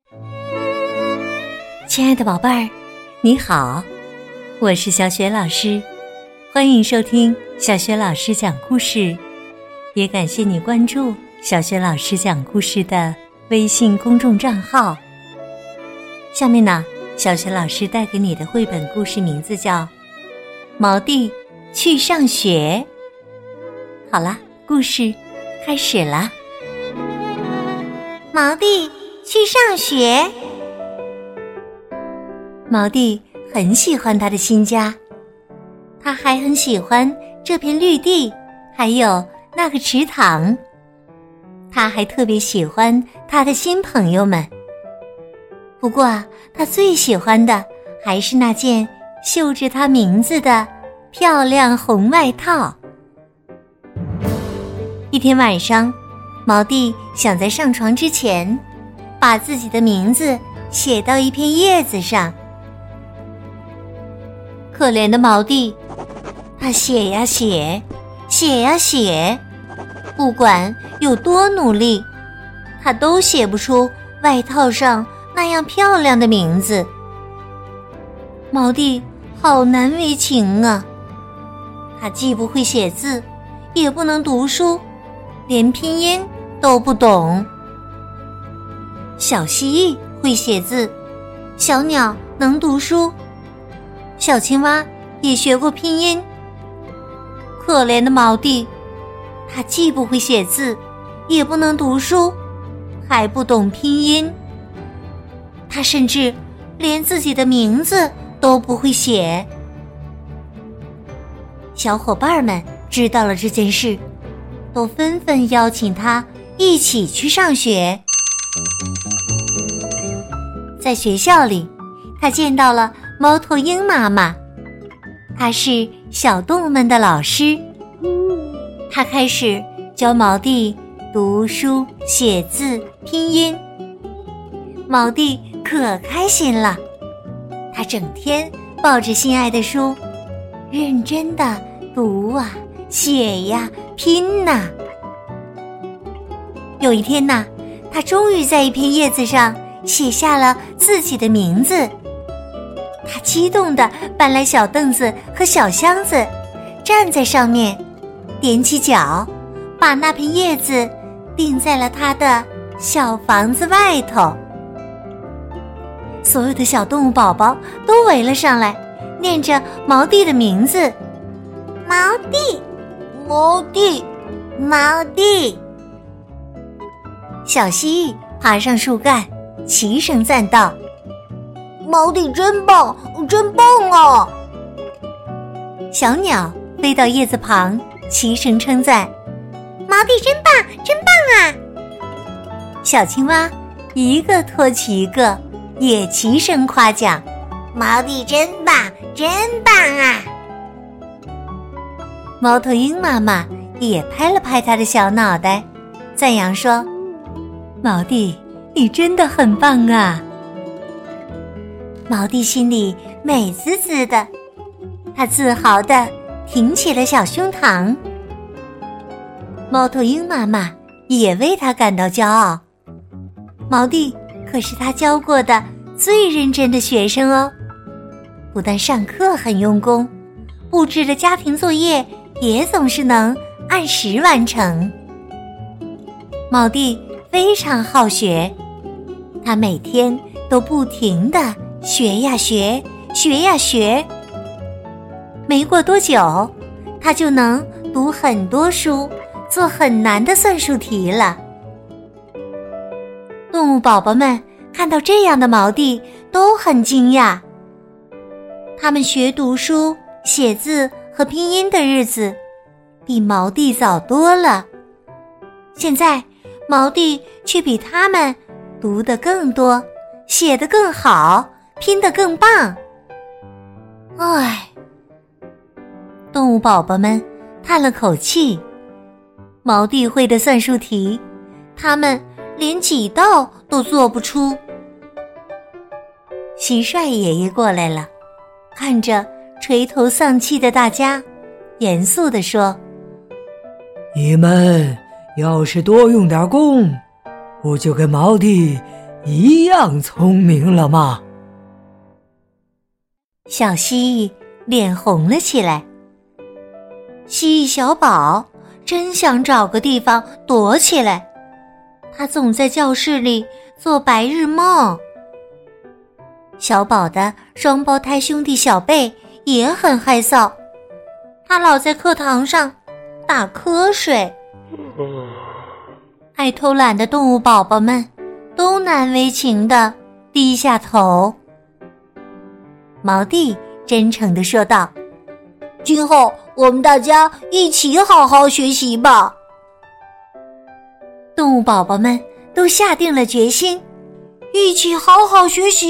亲爱的宝贝儿，你好，我是小雪老师，欢迎收听小雪老师讲故事，也感谢你关注小雪老师讲故事的微信公众账号。下面呢，小雪老师带给你的绘本故事名字叫《毛弟去上学》。好了，故事开始了。 毛弟去上学。 毛弟很喜欢他的新家，他还很喜欢这片绿地，还有那个池塘。他还特别喜欢他的新朋友们。不过他最喜欢的还是那件绣着他名字的漂亮红外套。一天晚上，毛弟想在上床之前把自己的名字写到一片叶子上。可怜的毛弟，他写呀写，写呀写，不管有多努力，他都写不出外套上那样漂亮的名字。毛弟好难为情啊，他既不会写字，也不能读书，连拼音都不懂。小蜥蜴会写字，小鸟能读书，小青蛙也学过拼音。可怜的毛弟，他既不会写字，也不能读书，还不懂拼音。他甚至连自己的名字都不会写。小伙伴们知道了这件事，都纷纷邀请他一起去上学。在学校里，他见到了猫头鹰妈妈，她是小动物们的老师。她开始教毛弟读书、写字、拼音。毛弟可开心了，他整天抱着心爱的书，认真地读啊、写呀、拼呐。有一天呐，他终于在一片叶子上写下了自己的名字。他激动地搬来小凳子和小箱子，站在上面，踮起脚，把那片叶子钉在了他的小房子外头。所有的小动物宝宝都围了上来，念着毛弟的名字： 毛弟，毛弟，毛弟。 小蜥蜴爬上树干，齐声赞道： 毛弟真棒，真棒啊！ 小鸟飞到叶子旁，齐声称赞： 毛弟真棒，真棒啊！ 小青蛙一个托起一个，也齐声夸奖： 毛弟真棒，真棒啊！ 猫头鹰妈妈也拍了拍他的小脑袋，赞扬说：毛弟，你真的很棒啊！毛弟心里美滋滋的，他自豪地挺起了小胸膛。猫头鹰妈妈也为他感到骄傲。毛弟可是他教过的最认真的学生哦，不但上课很用功，布置的家庭作业也总是能按时完成。毛弟非常好学，他每天都不停地学呀学，学呀学。没过多久，他就能读很多书，做很难的算术题了。动物宝宝们看到这样的毛弟都很惊讶，他们学读书、写字和拼音的日子比毛弟早多了。现在毛弟却比他们读得更多，写得更好，拼得更棒。唉，动物宝宝们叹了口气，毛弟会的算术题，他们连几道都做不出。蟋蟀爷爷过来了，看着垂头丧气的大家，严肃地说： 你们要是多用点功，我就给毛弟一样聪明了吗？ 小蜥蜴脸红了起来。蜥蜴小宝真想找个地方躲起来，他总在教室里做白日梦。小宝的双胞胎兄弟小贝也很害臊，他老在课堂上打瞌睡。爱偷懒的动物宝宝们都难为情地低下头。毛弟真诚地说道： 今后我们大家一起好好学习吧。 动物宝宝们都下定了决心， 一起好好学习。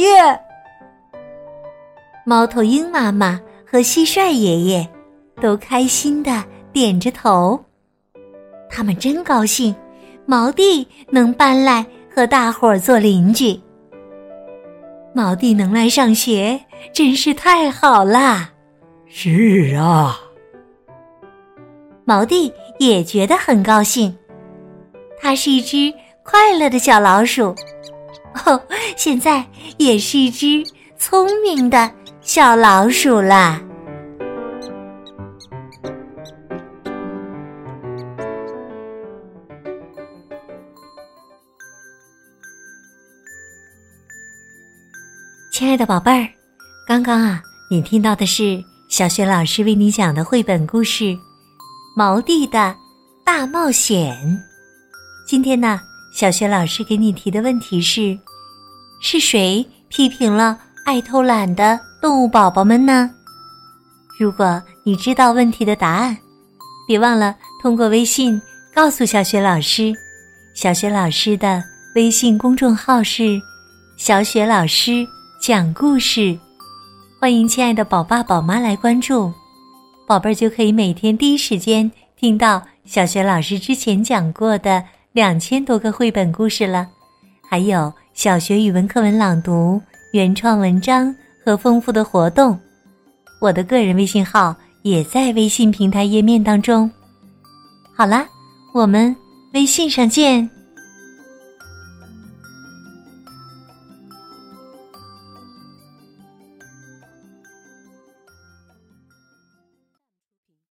猫头鹰妈妈和蟋蟀爷爷都开心地点着头，他们真高兴毛弟能搬来和大伙儿做邻居。毛弟能来上学真是太好啦。 是啊， 毛弟也觉得很高兴，他是一只快乐的小老鼠，现在也是一只聪明的小老鼠啦。亲爱的宝贝儿，刚刚你听到的是小雪老师为你讲的绘本故事《毛弟的大冒险》。今天呢，小雪老师给你提的问题是谁批评了爱偷懒的动物宝宝们呢？如果你知道问题的答案，别忘了通过微信告诉小雪老师。小雪老师的微信公众号是小雪老师讲故事，欢迎亲爱的宝爸宝妈来关注，宝贝儿就可以每天第一时间听到小雪老师之前讲过的2000多个绘本故事了，还有小学语文课文朗读、原创文章和丰富的活动。我的个人微信号也在微信平台页面当中。好啦，我们微信上见。